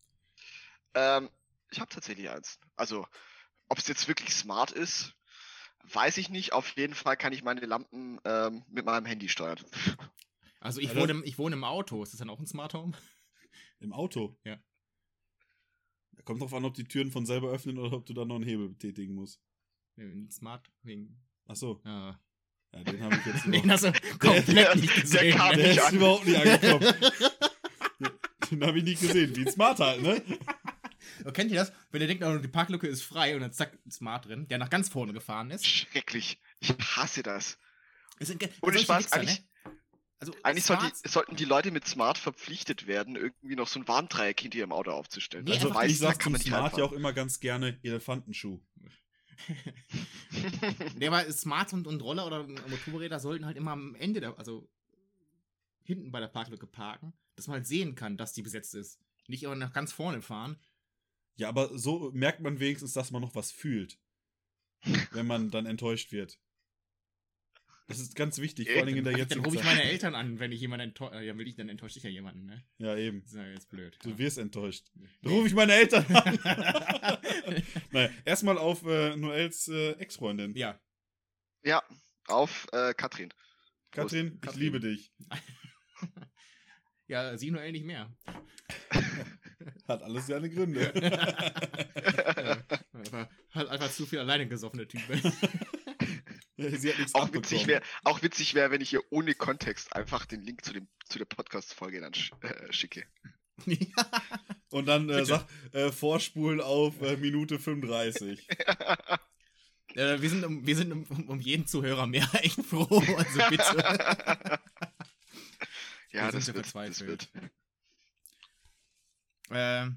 Ähm, ich habe tatsächlich eins. Also, ob es jetzt wirklich smart ist, weiß ich nicht. Auf jeden Fall kann ich meine Lampen ähm, mit meinem Handy steuern.
Also ich,
Ja,
wohne
das-
im, ich wohne im Auto. Ist das dann auch ein Smart Home?
Im Auto?
Ja.
Da kommt drauf an, ob die Türen von selber öffnen oder ob du da noch einen Hebel betätigen musst.
Nee, ein Smart wegen.
Ach so.
Ja.
Ja, den habe ich jetzt
Den
noch.
hast du komplett nicht
der
gesehen.
kam
ne?
Der
nicht
ist
an.
überhaupt nicht angekommen. Den habe ich nicht gesehen. Wie ein Smart halt, ne?
Aber kennt ihr das? Wenn ihr denkt, oh, die Parklücke ist frei und dann zack, ein Smart drin, der nach ganz vorne gefahren ist.
Schrecklich. Ich hasse das.
Es sind ge-
Und
solche
ich weiß,
Wichser,
eigentlich,
ne? Also
eigentlich soll
Smarts-
die, sollten die Leute mit Smart verpflichtet werden, irgendwie noch so ein Warndreieck hinter ihrem Auto aufzustellen.
Nee,
also
einfach-
Ich
weiß, da
sag
kann
zum
man nicht
Smart ja auch
reinfahren.
immer ganz gerne Elefantenschuh.
Nee, aber Smarts und, und Roller oder Motorräder sollten halt immer am Ende, der, also hinten bei der Parklücke parken, dass man halt sehen kann, dass die besetzt ist. Nicht immer nach ganz vorne fahren.
Ja, aber so merkt man wenigstens, dass man noch was fühlt. Wenn man dann enttäuscht wird. Das ist ganz wichtig, vor allem in der
Dann
jetzigen
rufe ich
Zeit.
meine Eltern an, wenn ich jemanden enttäusche. Ja, will ich, dann enttäusche ich ja jemanden, ne?
Ja, eben.
Das ist ja jetzt blöd.
Du
ja.
wirst enttäuscht. Da rufe ich meine Eltern an. Naja, erstmal auf äh, Noels äh, Ex-Freundin.
Ja.
Ja, auf äh, Katrin.
Katrin, ich
Katrin.
liebe dich.
Ja, sie Noel nicht mehr.
Hat alles seine Gründe.
Ja, hat einfach zu viel alleine gesoffene Typ.
Sie hat nichts
Auch witzig
abbekommen.
wäre, auch witzig wäre, wenn ich hier ohne Kontext einfach den Link zu dem zu der Podcast-Folge dann sch äh, schicke.
Und dann äh,
Bitte.
sag, äh, vorspulen auf äh, Minute fünfunddreißig.
äh, wir sind, um, wir sind um, um jeden Zuhörer mehr echt froh. Also bitte.
Ja,
Wir
das
sind
wird,
so
das wird.
verzweifelt. Ähm,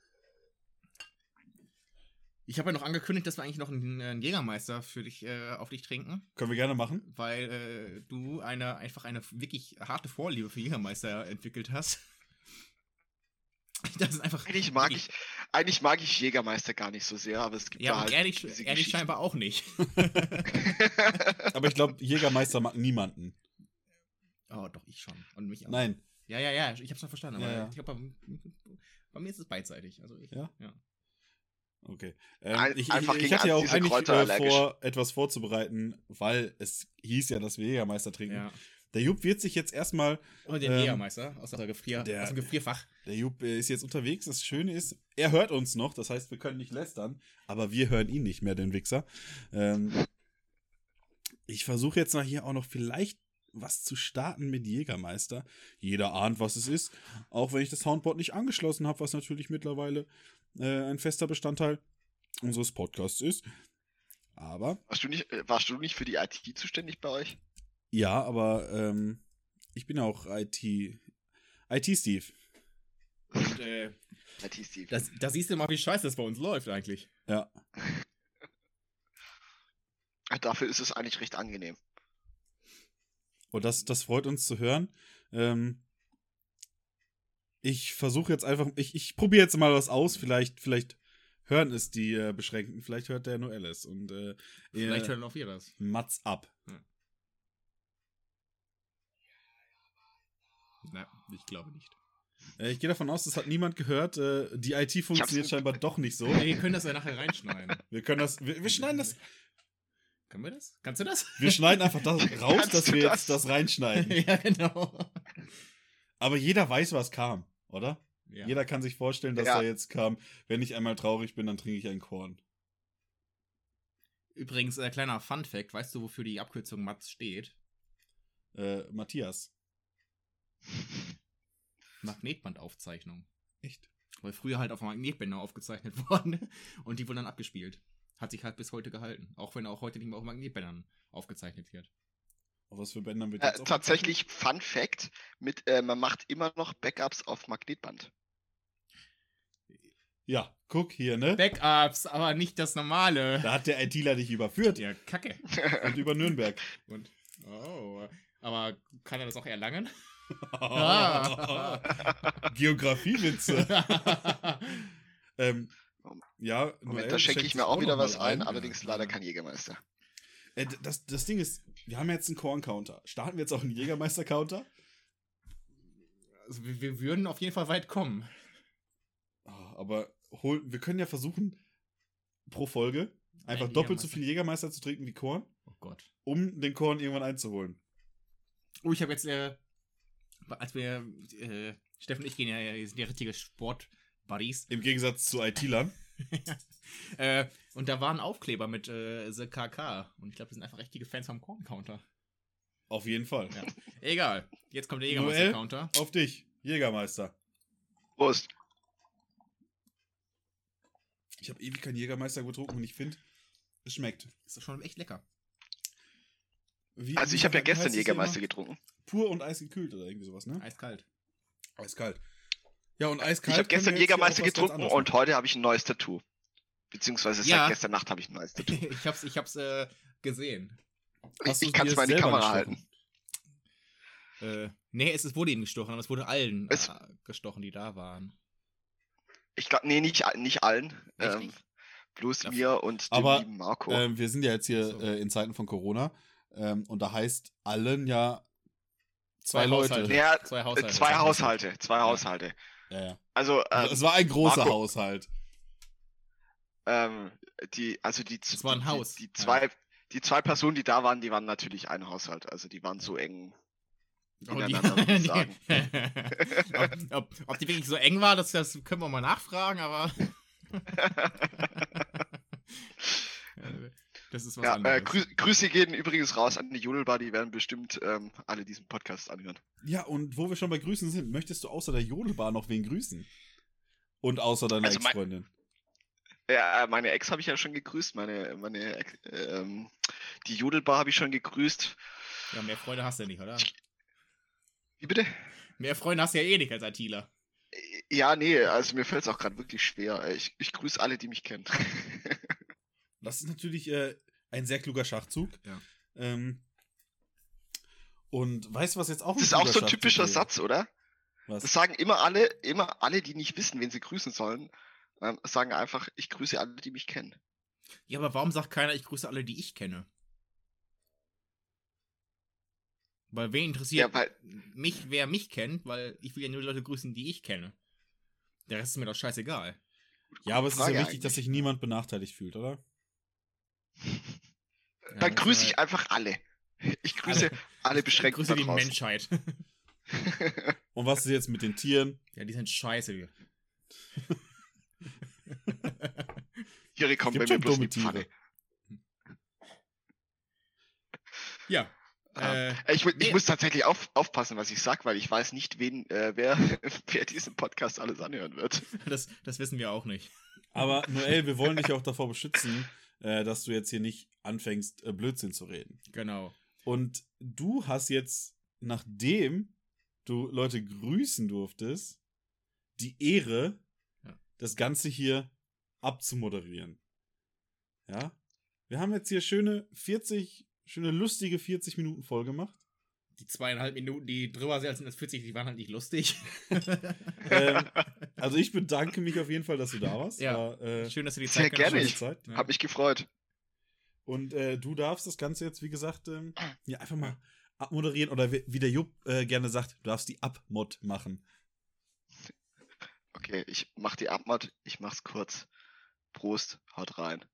ich habe ja noch angekündigt, dass wir eigentlich noch einen, einen Jägermeister für dich äh, auf dich trinken,
Können wir gerne machen.
weil äh, du eine einfach eine wirklich harte Vorliebe für Jägermeister entwickelt hast. Das ist einfach.
Eigentlich mag ich, eigentlich mag ich Jägermeister gar nicht so sehr, aber es gibt
Ja,
da
und
halt
ehrlich,
diese
ehrlich
Geschichten.
scheinbar auch nicht.
Aber ich glaube, Jägermeister mag niemanden.
Oh, doch, ich schon. Und mich auch.
Nein.
Ja, ja, ja, ich hab's noch verstanden. Aber
Ja, ja.
ich glaub, bei, bei mir ist es beidseitig. Also ich,
Ja?
ja.
Okay. Ähm,
Ein-
ich,
einfach
ich, ich
gegen
hatte ja auch
diese
eigentlich
Kräuter
äh,
allergisch.
vor, etwas vorzubereiten, weil es hieß ja, dass wir Jägermeister trinken.
ja.
Der Jupp wird sich jetzt erstmal,
Und den
Ähm,
Jägermeister aus, der Gefrier,
der-
aus dem Gefrierfach.
der Jupp äh, ist jetzt unterwegs. Das Schöne ist, er hört uns noch, das heißt, wir können nicht lästern, aber wir hören ihn nicht mehr, den Wichser. Ähm, ich versuche jetzt mal hier auch noch vielleicht was zu starten mit Jägermeister. Jeder ahnt, was es ist, auch wenn ich das Soundboard nicht angeschlossen habe, was natürlich mittlerweile äh, ein fester Bestandteil unseres Podcasts ist. Aber,
Warst du nicht, äh, warst du nicht für die I T zuständig bei euch?
ja, aber ähm, ich bin auch I T, I T-Steve.
Und, äh,
I T Steve.
das, da siehst du mal, wie scheiße das bei uns läuft eigentlich.
Ja.
Dafür ist es eigentlich recht angenehm.
Und das, das freut uns zu hören. Ähm, ich versuche jetzt einfach, ich, ich probiere jetzt mal was aus. Vielleicht, vielleicht hören es die äh, Beschränkten, vielleicht hört der Noel es. Und äh,
Vielleicht
äh,
hören auch wir das.
Mats ab.
Na, ich glaube nicht.
Äh, ich gehe davon aus, das hat niemand gehört. Äh, die I T funktioniert
hab's-
scheinbar doch nicht so.
Wir können das ja nachher reinschneiden.
Wir können das, wir, wir schneiden das,
Können wir das? Kannst du das?
wir schneiden einfach das raus,
Kannst
dass
du
wir
das?
jetzt das reinschneiden.
Ja, genau.
Aber jeder weiß, was kam, oder?
Ja.
Jeder kann sich vorstellen, dass
Ja.
da jetzt kam, wenn ich einmal traurig bin, dann trinke ich ein Korn.
Übrigens, äh, kleiner Fun-Fact: Weißt du, wofür die Abkürzung Mats steht?
Äh, Matthias.
Magnetbandaufzeichnung.
Echt?
Weil früher halt auf Magnetbänder aufgezeichnet worden und die wurden dann abgespielt. Hat sich halt bis heute gehalten. Auch wenn auch heute nicht mehr auf Magnetbändern aufgezeichnet wird.
Auf was für Bändern wird
Äh,
jetzt
tatsächlich, Fun Fact, mit, äh, man macht immer noch Backups auf Magnetband.
Ja, guck hier, ne?
Backups, aber nicht das normale.
Da hat der ITler dich überführt.
Ja, Kacke.
Und über Nürnberg.
Und, oh, aber kann er das auch erlangen?
Geografiewitze. ähm, ja,
Moment,
Noel
da schenke
schenkt
ich mir
sich
auch wieder
noch mal
was ein,
ein.
allerdings leider kein Jägermeister.
Äh, d- das, das Ding ist, wir haben jetzt einen Korn-Counter. Starten wir jetzt auch einen Jägermeister-Counter?
Also wir, wir würden auf jeden Fall weit kommen.
Ah, aber hol, wir können ja versuchen, pro Folge einfach
Ein
doppelt so
Jägermeister.
viel Jägermeister zu trinken wie Korn,
Oh Gott.
um den Korn irgendwann einzuholen.
Oh, ich habe jetzt, äh, als wir, äh, Steffen und ich gehen ja, wir sind ja richtige Sport-Buddies.
Im Gegensatz zu ITlern.
äh, und da war ein Aufkleber mit äh, The K K. Und ich glaube, wir sind einfach richtige Fans vom Korn-Counter.
Auf jeden Fall.
Ja. Egal. Jetzt kommt der
Noel?
Jägermeister-Counter.
Auf dich, Jägermeister.
Prost.
Ich habe ewig keinen Jägermeister getrunken und ich finde, es schmeckt.
Ist doch schon echt lecker.
Wie,
Also
wie-
ich habe ja
wie
gestern
heißt es
Jägermeister
immer?
getrunken.
Pur und eisgekühlt oder irgendwie sowas, ne?
Eiskalt.
Eiskalt. Ja, und eiskalt.
Ich habe
können
gestern
wir jetzt hier
Jägermeister
auch was ganz
getrunken
anderes
und heute habe ich ein neues Tattoo. Beziehungsweise seit
Ja.
gestern Nacht habe ich ein neues Tattoo.
ich hab's, ich hab's äh, gesehen.
Hast du
Ich kann
dir
es mal in die
selber
Kamera
nicht
halten.
Äh, nee, es, es wurde ihm gestochen, aber es wurde allen
Es-
äh, gestochen, die da waren.
Ich glaube, nee, nicht, nicht allen.
Echt
Ähm,
nicht?
bloß
Darf-
mir und dem
Aber,
lieben Marco.
Ähm, wir sind ja jetzt hier
So.
äh, in Zeiten von Corona. Ähm, und da heißt allen ja zwei,
Zwei
Leute.
Haushalte.
ja,
Zwei
äh,
Haushalte.
zwei Haushalte. Zwei
Ja.
Haushalte.
Ja, ja.
Also, ähm,
Also, es war ein großer
Marco-
Haushalt.
ähm, die, also die,
Es war ein
die,
Haus.
Die, die, zwei, die zwei Personen, die da waren, die waren natürlich ein Haushalt. Also die waren so eng
Oh, die,
ineinander, würde ich sagen.
ob, ob, ob die wirklich so eng war, das, das können wir mal nachfragen, aber. Das ist was
Ja, äh,
anderes.
Grü Grüße gehen übrigens raus an die Jodelbar, die werden bestimmt ähm, alle diesen Podcast anhören.
Ja, und wo wir schon bei Grüßen sind, möchtest du außer der Jodelbar noch wen grüßen? Und außer deiner
Also mein-
Ex-Freundin?
Ja, meine Ex habe ich ja schon gegrüßt, meine, meine Ex, ähm, die Jodelbar habe ich schon gegrüßt.
Ja, mehr Freunde hast du ja nicht, oder?
Wie bitte?
Mehr Freunde hast du ja eh nicht als ITler.
Ja, nee, also mir fällt es auch gerade wirklich schwer. Ich, ich grüße alle, die mich kennen.
Das ist natürlich äh, ein sehr kluger Schachzug.
Ja.
Ähm, und weißt du, was jetzt auch ein
Das ist auch
kluger
so ein
Schachzug
typischer
wäre?
Satz, oder?
Was?
Das sagen immer alle, immer alle, die nicht wissen, wen sie grüßen sollen, ähm, sagen einfach, ich grüße alle, die mich kennen.
Ja, aber warum sagt keiner, ich grüße alle, die ich kenne? Weil wen interessiert
Ja, weil-
mich, wer mich kennt, weil ich will ja nur die Leute grüßen, die ich kenne. Der Rest ist mir doch scheißegal.
Ja, aber es ist ja
Frage
wichtig, dass
eigentlich.
sich niemand benachteiligt fühlt, oder?
Ja,
Dann
das
grüße
ist
ich einfach alle. Ich grüße alle,
Ich
beschränkt
grüße
da
die
draußen.
Menschheit.
Und was ist jetzt mit den Tieren?
Ja, die sind scheiße.
Tiere kommen bei
Gibt
mir
schon
bloß in
dumme
die Pfanne.
Tiere.
Ja. Äh,
Ähm, ich, mu- ich
nee.
muss tatsächlich auf, aufpassen, was ich sag, weil ich weiß nicht, wen, äh, wer, wer diesen Podcast alles anhören wird.
das, das wissen wir auch nicht.
Aber Noel, wir wollen dich auch davor beschützen, äh, dass du jetzt hier nicht anfängst, äh, Blödsinn zu reden.
Genau.
Und du hast jetzt, nachdem du Leute grüßen durftest, die Ehre,
Ja.
das Ganze hier abzumoderieren. Ja? Wir haben jetzt hier schöne vierzig, schöne lustige vierzig Minuten voll gemacht.
Die zweieinhalb Minuten, die drüber sind als vierzig, die waren halt nicht lustig.
ähm, also ich bedanke mich auf jeden Fall, dass du da warst.
Ja.
War, äh,
Schön, dass du die
Sehr
Zeit genommen
gerne.
schöne
hast.
Zeit.
Ja.
Hab mich gefreut.
Und äh, du darfst das Ganze jetzt, wie gesagt, ähm, ja, einfach mal abmoderieren. Oder wie, wie der Jupp äh, gerne sagt, du darfst die Abmod machen.
Okay, ich mach die Abmod, ich mach's kurz. Prost, haut rein.